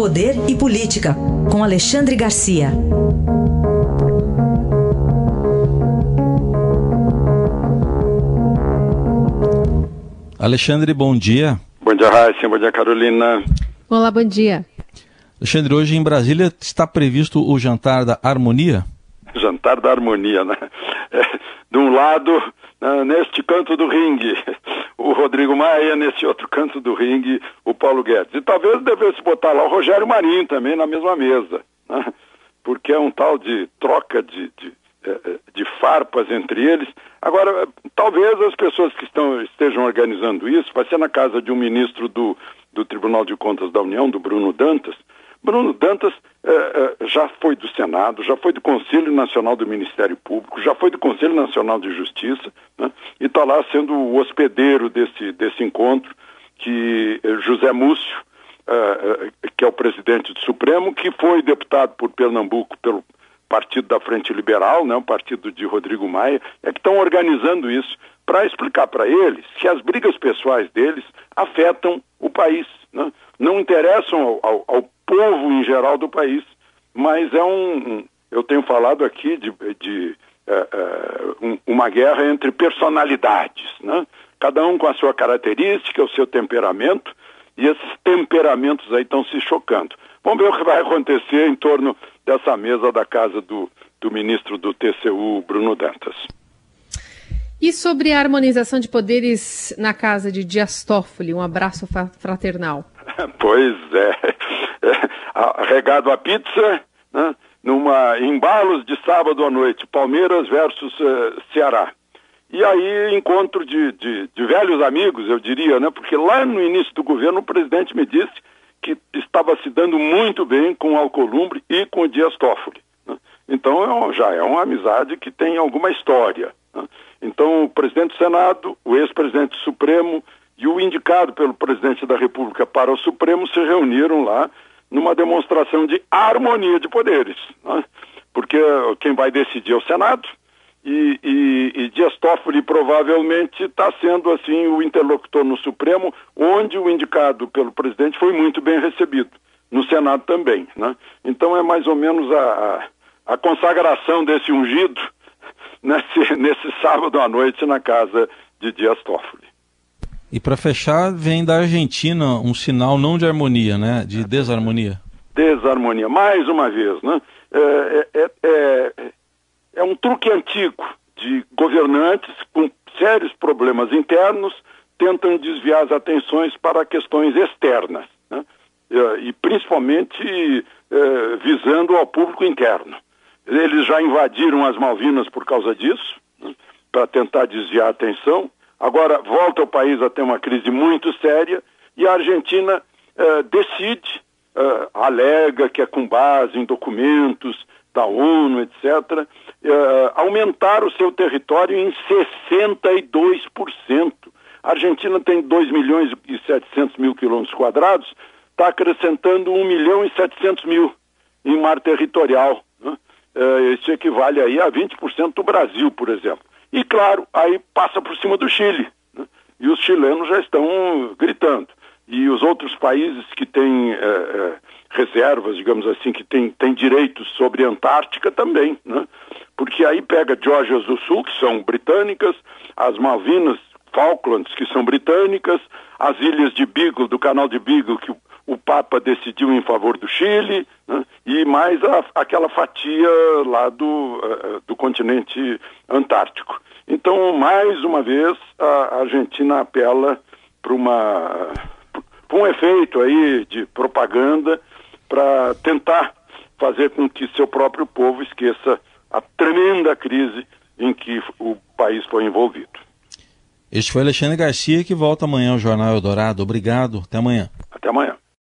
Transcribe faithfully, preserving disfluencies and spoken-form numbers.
Poder e Política, com Alexandre Garcia. Alexandre, bom dia. Bom dia, Raíssa. Bom dia, Carolina. Olá, bom dia. Alexandre, hoje em Brasília está previsto o jantar da harmonia? Jantar da harmonia, né? É, de um lado, neste canto do ringue, o Rodrigo Maia, nesse outro canto do ringue, o Paulo Guedes. E talvez devesse botar lá o Rogério Marinho também na mesma mesa, né? Porque é um tal de troca de, de, de farpas entre eles. Agora, talvez as pessoas que estão, estejam organizando isso, vai ser na casa de um ministro do, do Tribunal de Contas da União, do Bruno Dantas. Bruno Dantas eh, eh, já foi do Senado, já foi do Conselho Nacional do Ministério Público, já foi do Conselho Nacional de Justiça, né? E está lá sendo o hospedeiro desse, desse encontro, que eh, José Múcio, eh, eh, que é o presidente do Supremo, que foi deputado por Pernambuco pelo Partido da Frente Liberal, né, o partido de Rodrigo Maia, é que estão organizando isso para explicar para eles que as brigas pessoais deles afetam o país, né? Não interessam ao, ao, ao povo em geral do país, mas é um, eu tenho falado aqui de, de é, é, um, uma guerra entre personalidades, né? Cada um com a sua característica, o seu temperamento, e esses temperamentos aí estão se chocando. Vamos ver o que vai acontecer em torno dessa mesa da casa do, do ministro do T C U, Bruno Dantas. E sobre a harmonização de poderes na casa de Dias Toffoli, um abraço fraternal. Pois é, é regado a pizza, né, numa embalos de sábado à noite, Palmeiras versus uh, Ceará. E aí encontro de, de, de velhos amigos, eu diria, né, porque lá no início do governo o presidente me disse que estava se dando muito bem com o Alcolumbre e com o Dias Toffoli, né? Então já é uma amizade que tem alguma história, né? Então o presidente do Senado, o ex-presidente do Supremo e o indicado pelo presidente da República para o Supremo se reuniram lá numa demonstração de harmonia de poderes, né? Porque quem vai decidir é o Senado e, e, e Dias Toffoli provavelmente está sendo assim o interlocutor no Supremo, onde o indicado pelo presidente foi muito bem recebido, no Senado também, né? Então é mais ou menos a, a consagração desse ungido nesse, nesse sábado à noite na casa de Dias Toffoli. E para fechar, vem da Argentina um sinal não de harmonia, né? De desarmonia. Desarmonia, mais uma vez, né? É, é, é, é um truque antigo de governantes com sérios problemas internos, tentam desviar as atenções para questões externas, né? E principalmente é, visando ao público interno. Eles já invadiram as Malvinas por causa disso, né? Para tentar desviar a atenção. Agora volta o país a ter uma crise muito séria e a Argentina eh, decide, eh, alega que é com base em documentos da ONU, etcétera, eh, aumentar o seu território em sessenta e dois por cento. A Argentina tem dois milhões e setecentos mil quilômetros quadrados, está acrescentando um milhão e setecentos mil em mar territorial, né? Eh, isso equivale aí a vinte por cento do Brasil, por exemplo. E, claro, aí passa por cima do Chile, né? E os chilenos já estão gritando. E os outros países que têm é, é, reservas, digamos assim, que têm, têm direitos sobre a Antártica também, né? Porque aí pega Geórgias do Sul, que são britânicas, as Malvinas, Falklands, que são britânicas, as ilhas de Beagle, do canal de Beagle, que o, o Papa decidiu em favor do Chile, né? E mais a, aquela fatia lá do, uh, do continente antártico. Então, mais uma vez, a Argentina apela para uma, para um efeito aí de propaganda para tentar fazer com que seu próprio povo esqueça a tremenda crise em que o país foi envolvido. Este foi Alexandre Garcia, que volta amanhã ao Jornal Eldorado. Obrigado, até amanhã. Até amanhã.